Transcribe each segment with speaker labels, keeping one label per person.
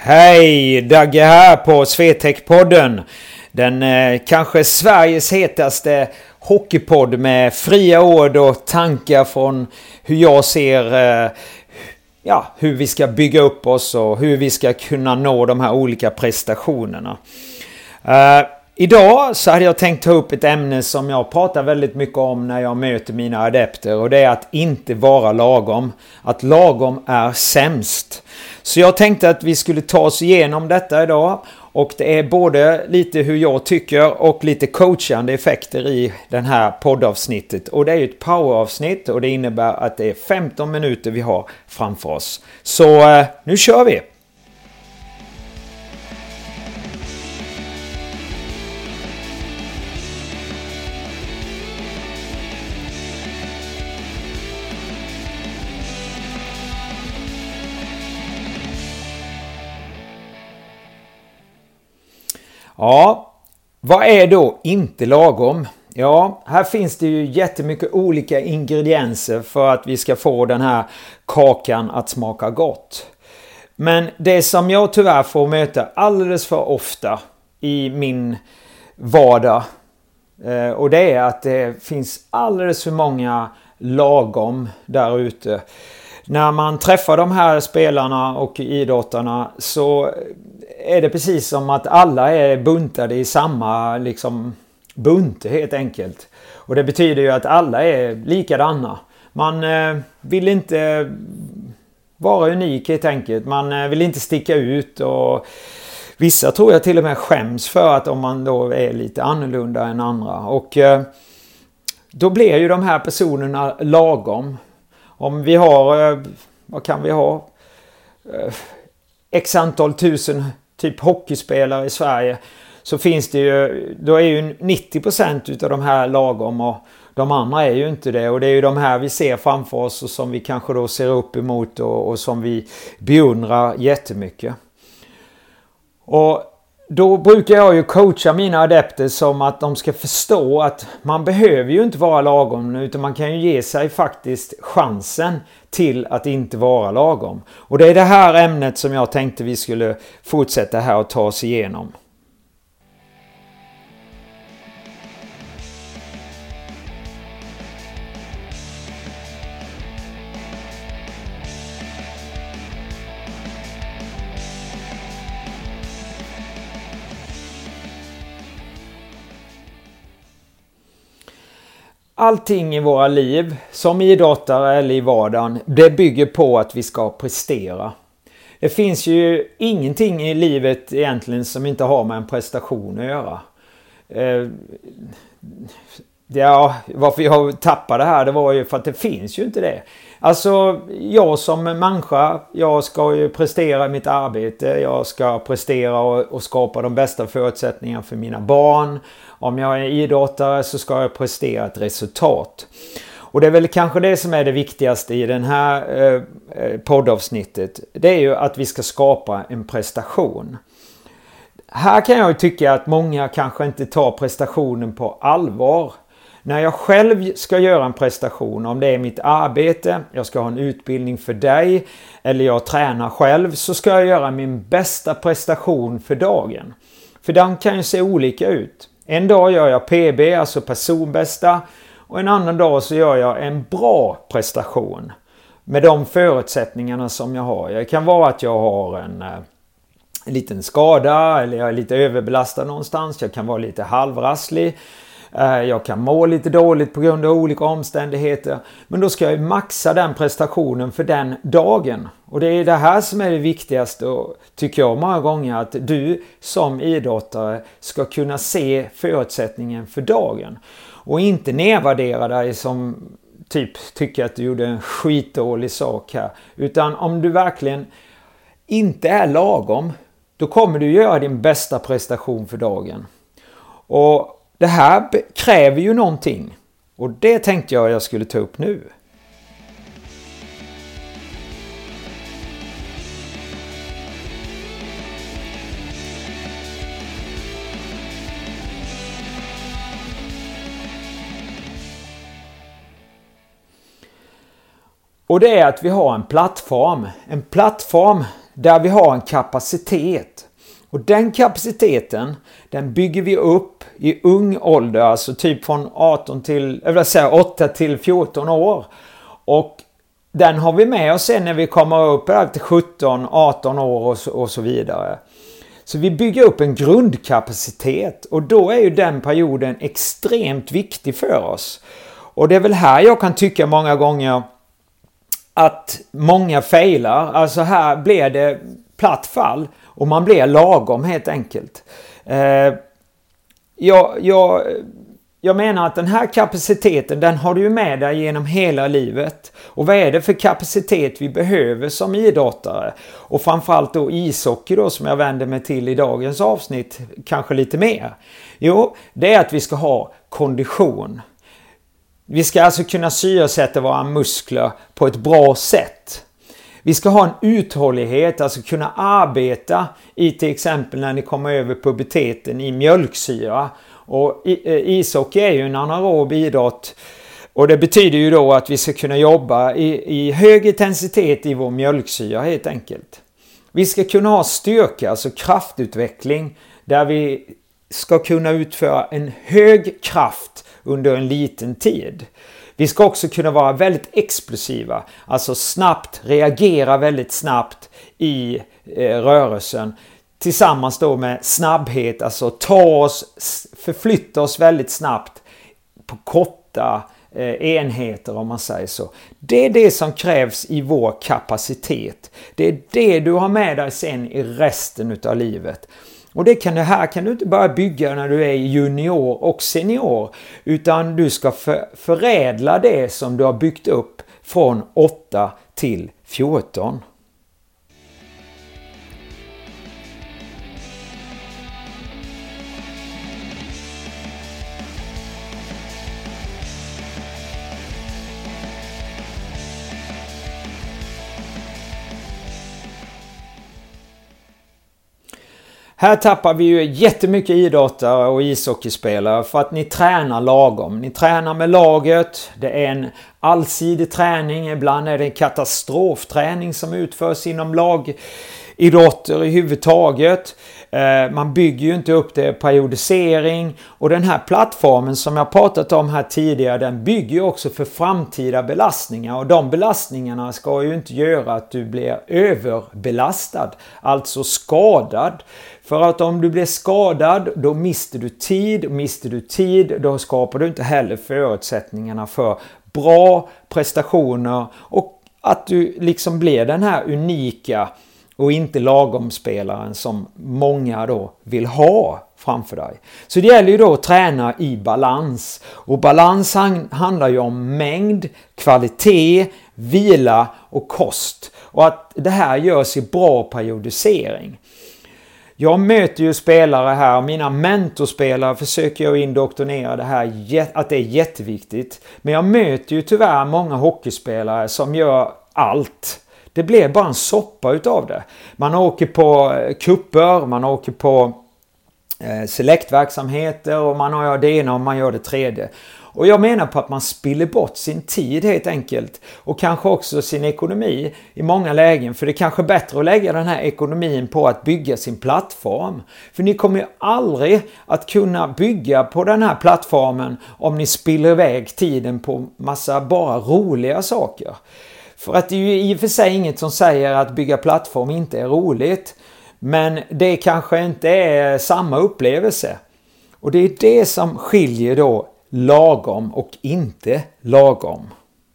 Speaker 1: Hej, Dagge här på Swetech-podden. Den kanske Sveriges hetaste hockeypodd med fria ord och tankar från hur jag ser hur vi ska bygga upp oss och hur vi ska kunna nå de här olika prestationerna. Idag så hade jag tänkt ta upp ett ämne som jag pratar väldigt mycket om när jag möter mina adepter, och det är att inte vara lagom. Att lagom är sämst. Så jag tänkte att vi skulle ta oss igenom detta idag, och det är både lite hur jag tycker och lite coachande effekter i den här poddavsnittet. Och det är ju ett poweravsnitt och det innebär att det är 15 minuter vi har framför oss. Så nu kör vi! Ja, vad är då inte lagom? Ja, här finns det ju jättemycket olika ingredienser för att vi ska få den här kakan att smaka gott. Men det som jag tyvärr får möta alldeles för ofta i min vardag, och det är att det finns alldeles för många lagom där ute. När man träffar de här spelarna och idrottarna så är det precis som att alla är buntade i samma bunte helt enkelt. Och det betyder ju att alla är likadana. Man vill inte vara unik helt enkelt. Man vill inte sticka ut, och vissa tror jag till och med skäms för att om man då är lite annorlunda än andra. Och då blir ju de här personerna lagom. Om vi har, vad kan vi ha? X antal tusen typ hockeyspelare i Sverige, så finns det ju, då är ju 90% utav de här lagom och de andra är ju inte det. Och det är ju de här vi ser framför oss och som vi kanske då ser upp emot och som vi beundrar jättemycket. Och då brukar jag ju coacha mina adepter som att de ska förstå att man behöver ju inte vara lagom, utan man kan ju ge sig faktiskt chansen till att inte vara lagom. Och det är det här ämnet som jag tänkte vi skulle fortsätta här och ta oss igenom. Allting i våra liv, som idrottare eller i vardagen, det bygger på att vi ska prestera. Det finns ju ingenting i livet egentligen som inte har med en prestation att göra. Varför jag tappade det här, det var ju för att det finns ju inte det. Alltså, jag som människa, jag ska ju prestera i mitt arbete, jag ska prestera och skapa de bästa förutsättningarna för mina barn. Om jag är idrottare så ska jag prestera ett resultat. Och det är väl kanske det som är det viktigaste i den här poddavsnittet. Det är ju att vi ska skapa en prestation. Här kan jag ju tycka att många kanske inte tar prestationen på allvar. När jag själv ska göra en prestation, om det är mitt arbete, jag ska ha en utbildning för dig eller jag tränar själv, så ska jag göra min bästa prestation för dagen. För den kan ju se olika ut. En dag gör jag PB, alltså personbästa, och en annan dag så gör jag en bra prestation med de förutsättningarna som jag har. Det kan vara att jag har en liten skada eller jag är lite överbelastad någonstans, jag kan vara lite halvrasslig. Jag kan må lite dåligt på grund av olika omständigheter. Men då ska jag maxa den prestationen för den dagen. Och det är det här som är det viktigaste, och tycker jag många gånger, att du som idrottare ska kunna se förutsättningen för dagen. Och inte nedvärdera dig som tycker att du gjorde en skitdålig sak här. Utan om du verkligen inte är lagom, då kommer du göra din bästa prestation för dagen. Och det här kräver ju någonting, och det tänkte jag skulle ta upp nu. Och det är att vi har en plattform. En plattform, där vi har en kapacitet. Och den kapaciteten, den bygger vi upp i ung ålder, alltså typ från 8 till 14 år. Och den har vi med oss sen när vi kommer upp till 17, 18 år och så vidare. Så vi bygger upp en grundkapacitet och då är ju den perioden extremt viktig för oss. Och det är väl här jag kan tycka många gånger att många failar. Alltså här blir det platt fall och man blir lagom helt enkelt. Jag menar att den här kapaciteten, den har du ju med dig genom hela livet. Och vad är det för kapacitet vi behöver som idrottare? Och framförallt då ishockey då, som jag vänder mig till i dagens avsnitt kanske lite mer. Jo, det är att vi ska ha kondition. Vi ska alltså kunna syresätta våra muskler på ett bra sätt. Vi ska ha en uthållighet, alltså kunna arbeta i till exempel när ni kommer över puberteten i mjölksyra. Och ishockey är ju en anaerob idrott och det betyder ju då att vi ska kunna jobba i hög intensitet i vår mjölksyra helt enkelt. Vi ska kunna ha styrka, alltså kraftutveckling, där vi ska kunna utföra en hög kraft under en liten tid. Vi ska också kunna vara väldigt explosiva, alltså snabbt, reagera väldigt snabbt i rörelsen. Tillsammans då med snabbhet, alltså förflytta oss väldigt snabbt på korta enheter om man säger så. Det är det som krävs i vår kapacitet. Det är det du har med dig sen i resten av livet. Och det här kan du inte bara bygga när du är junior och senior, utan du ska förädla det som du har byggt upp från 8 till 14. Här tappar vi ju jättemycket idrottare och ishockeyspelare för att ni tränar lagom. Ni tränar med laget, det är en allsidig träning, ibland är det en katastrofträning som utförs inom lagidrotter i huvudtaget. Man bygger ju inte upp det periodisering och den här plattformen som jag pratat om här tidigare, den bygger ju också för framtida belastningar och de belastningarna ska ju inte göra att du blir överbelastad, alltså skadad. För att om du blir skadad då mister du tid, då skapar du inte heller förutsättningarna för bra prestationer och att du liksom blir den här unika och inte lagomspelaren som många då vill ha framför dig. Så det gäller ju då att träna i balans. Och balans handlar ju om mängd, kvalitet, vila och kost. Och att det här görs i bra periodisering. Jag möter ju spelare här och mina mentorspelare försöker jag indoktrinera det här att det är jätteviktigt. Men jag möter ju tyvärr många hockeyspelare som gör allt. Det blir bara en soppa utav det. Man åker på kupper, man åker på selektverksamheter och man gör det ena och man gör det tredje. Och jag menar på att man spiller bort sin tid helt enkelt. Och kanske också sin ekonomi i många lägen. För det är kanske bättre att lägga den här ekonomin på att bygga sin plattform. För ni kommer ju aldrig att kunna bygga på den här plattformen om ni spiller iväg tiden på massa bara roliga saker. För att det är ju i och för sig inget som säger att bygga plattform inte är roligt. Men det kanske inte är samma upplevelse. Och det är det som skiljer då lagom och inte lagom.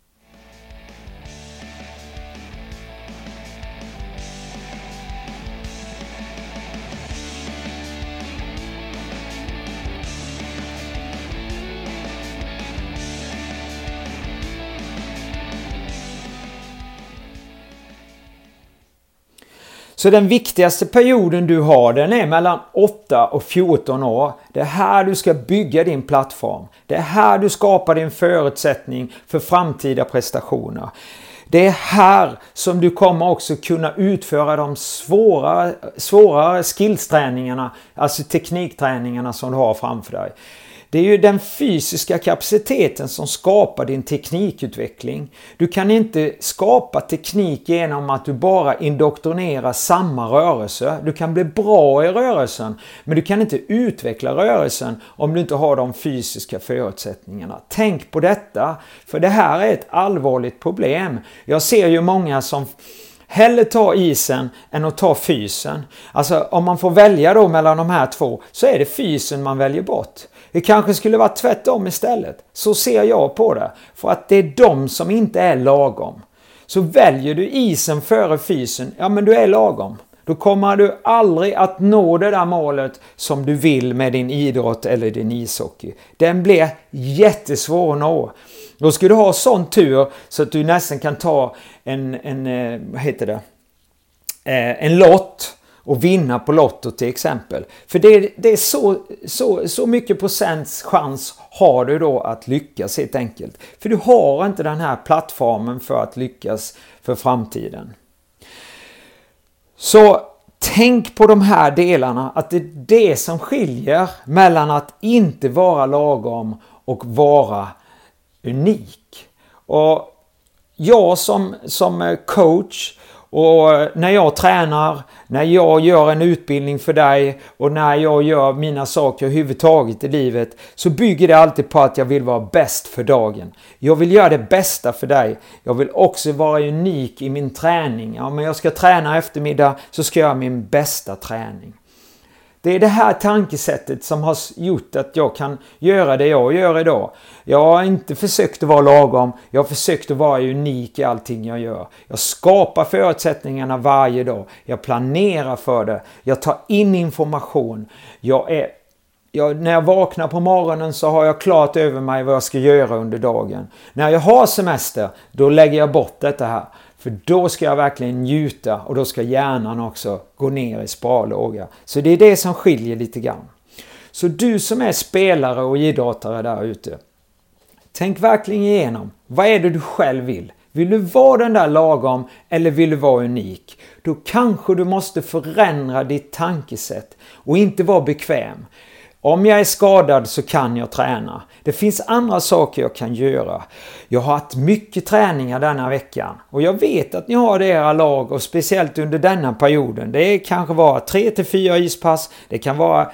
Speaker 1: Så den viktigaste perioden du har, den är mellan 8 och 14 år. Det är här du ska bygga din plattform. Det är här du skapar din förutsättning för framtida prestationer. Det är här som du kommer också kunna utföra de svårare skillsträningarna, alltså teknikträningarna som du har framför dig. Det är ju den fysiska kapaciteten som skapar din teknikutveckling. Du kan inte skapa teknik genom att du bara indoktrinerar samma rörelse. Du kan bli bra i rörelsen, men du kan inte utveckla rörelsen om du inte har de fysiska förutsättningarna. Tänk på detta, för det här är ett allvarligt problem. Jag ser ju många som hellre tar isen än att ta fysen. Alltså om man får välja då mellan de här två, så är det fysen man väljer bort. Det kanske skulle vara tvärtom istället. Så ser jag på det. För att det är de som inte är lagom. Så väljer du isen före fysen, ja men du är lagom. Då kommer du aldrig att nå det där målet som du vill med din idrott eller din ishockey. Den blir jättesvår att nå. Då ska du ha sån tur så att du nästan kan ta en lott och vinna på lotto till exempel. För det är så mycket procents chans har du då att lyckas helt enkelt. För du har inte den här plattformen för att lyckas för framtiden. Så tänk på de här delarna, att det är det som skiljer mellan att inte vara lagom och vara unik. Och jag som coach, och när jag tränar, när jag gör en utbildning för dig och när jag gör mina saker överhuvudtaget i livet, så bygger det alltid på att jag vill vara bäst för dagen. Jag vill göra det bästa för dig. Jag vill också vara unik i min träning. Ja, men jag ska träna eftermiddag, så ska jag göra min bästa träning. Det är det här tankesättet som har gjort att jag kan göra det jag gör idag. Jag har inte försökt att vara lagom. Jag har försökt att vara unik i allting jag gör. Jag skapar förutsättningarna varje dag. Jag planerar för det. Jag tar in information. När jag vaknar på morgonen så har jag klart över mig vad jag ska göra under dagen. När jag har semester, då lägger jag bort detta här. För då ska jag verkligen njuta och då ska hjärnan också gå ner i sparlåga. Så det är det som skiljer lite grann. Så du som är spelare och idrottare där ute, tänk verkligen igenom. Vad är det du själv vill? Vill du vara den där lagom eller vill du vara unik? Då kanske du måste förändra ditt tankesätt och inte vara bekväm. Om jag är skadad så kan jag träna. Det finns andra saker jag kan göra. Jag har haft mycket träningar denna veckan. Och jag vet att ni har det i era lag, och speciellt under denna perioden. Det kanske vara 3-4 ispass. Det kan vara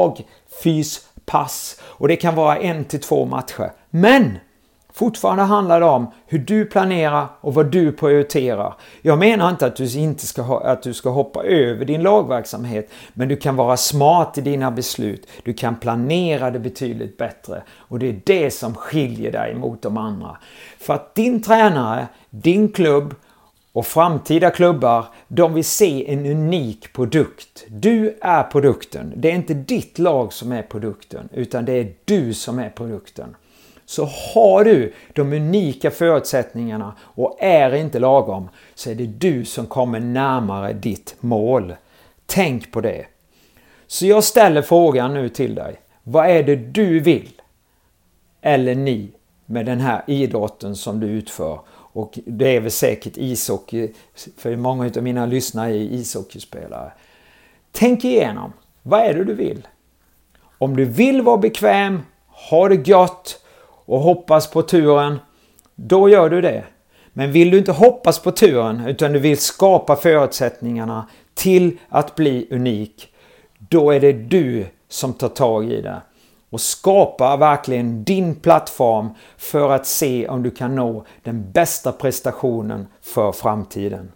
Speaker 1: lagfyspass. Och det kan vara 1-2 matcher. Men fortfarande handlar det om hur du planerar och vad du prioriterar. Jag menar inte att du ska hoppa över din lagverksamhet, men du kan vara smart i dina beslut. Du kan planera det betydligt bättre, och det är det som skiljer dig mot de andra. För att din tränare, din klubb och framtida klubbar, de vill se en unik produkt. Du är produkten. Det är inte ditt lag som är produkten, utan det är du som är produkten. Så har du de unika förutsättningarna och är inte lagom, så är det du som kommer närmare ditt mål. Tänk på det. Så jag ställer frågan nu till dig. Vad är det du vill? Eller ni med den här idrotten som du utför? Och det är väl säkert ishockey, för många av mina lyssnare är ishockeyspelare. Tänk igenom. Vad är det du vill? Om du vill vara bekväm, ha det gott och hoppas på turen, då gör du det. Men vill du inte hoppas på turen, utan du vill skapa förutsättningarna till att bli unik, då är det du som tar tag i det. Och skapa verkligen din plattform för att se om du kan nå den bästa prestationen för framtiden.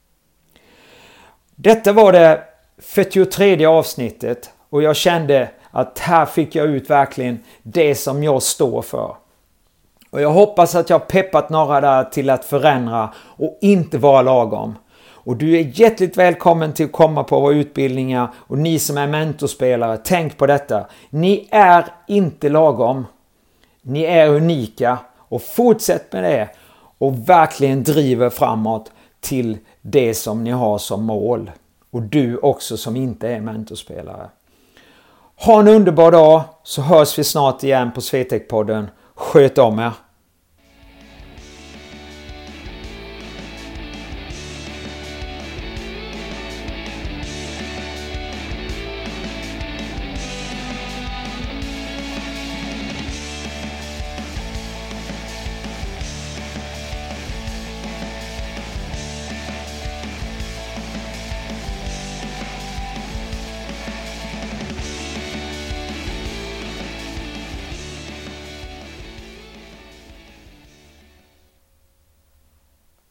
Speaker 1: Detta var det 43:e avsnittet, och jag kände att här fick jag ut verkligen det som jag står för. Och jag hoppas att jag peppat några där till att förändra och inte vara lagom. Och du är hjärtligt välkommen till att komma på våra utbildningar, och ni som är mentorspelare, tänk på detta. Ni är inte lagom. Ni är unika, och fortsätt med det och verkligen driver framåt till det som ni har som mål. Och du också som inte är mentorspelare. Ha en underbar dag, så hörs vi snart igen på Swetec-podden. Sköt om er!